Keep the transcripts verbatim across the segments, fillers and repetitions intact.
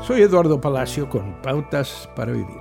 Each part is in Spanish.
Soy Eduardo Palacio con Pautas para Vivir.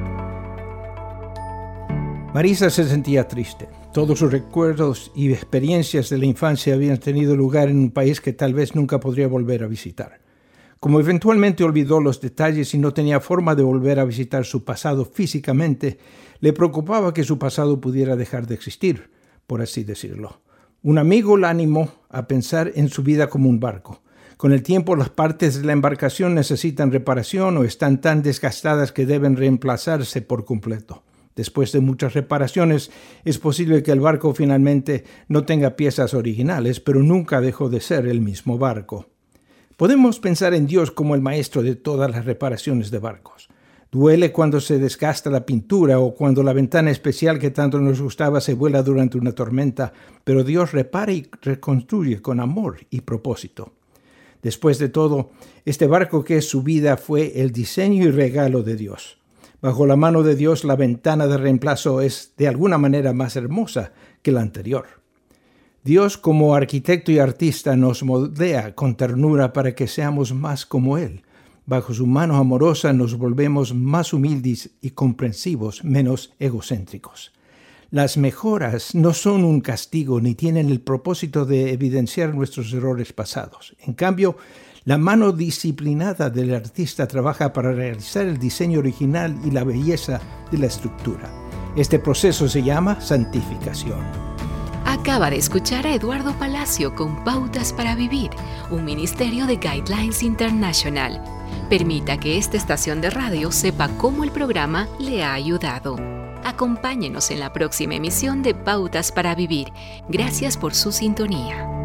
Marisa se sentía triste. Todos sus recuerdos y experiencias de la infancia habían tenido lugar en un país que tal vez nunca podría volver a visitar. Como eventualmente olvidó los detalles y no tenía forma de volver a visitar su pasado físicamente, le preocupaba que su pasado pudiera dejar de existir, por así decirlo. Un amigo la animó a pensar en su vida como un barco. Con el tiempo, las partes de la embarcación necesitan reparación o están tan desgastadas que deben reemplazarse por completo. Después de muchas reparaciones, es posible que el barco finalmente no tenga piezas originales, pero nunca dejó de ser el mismo barco. Podemos pensar en Dios como el maestro de todas las reparaciones de barcos. Duele cuando se desgasta la pintura o cuando la ventana especial que tanto nos gustaba se vuela durante una tormenta, pero Dios repara y reconstruye con amor y propósito. Después de todo, este barco que es su vida fue el diseño y regalo de Dios. Bajo la mano de Dios, la ventana de reemplazo es de alguna manera más hermosa que la anterior. Dios, como arquitecto y artista, nos moldea con ternura para que seamos más como Él. Bajo su mano amorosa nos volvemos más humildes y comprensivos, menos egocéntricos. Las mejoras no son un castigo ni tienen el propósito de evidenciar nuestros errores pasados. En cambio, la mano disciplinada del artista trabaja para realizar el diseño original y la belleza de la estructura. Este proceso se llama santificación. Acaba de escuchar a Eduardo Palacio con Pautas para Vivir, un ministerio de Guidelines International. Permita que esta estación de radio sepa cómo el programa le ha ayudado. Acompáñenos en la próxima emisión de Pautas para Vivir. Gracias por su sintonía.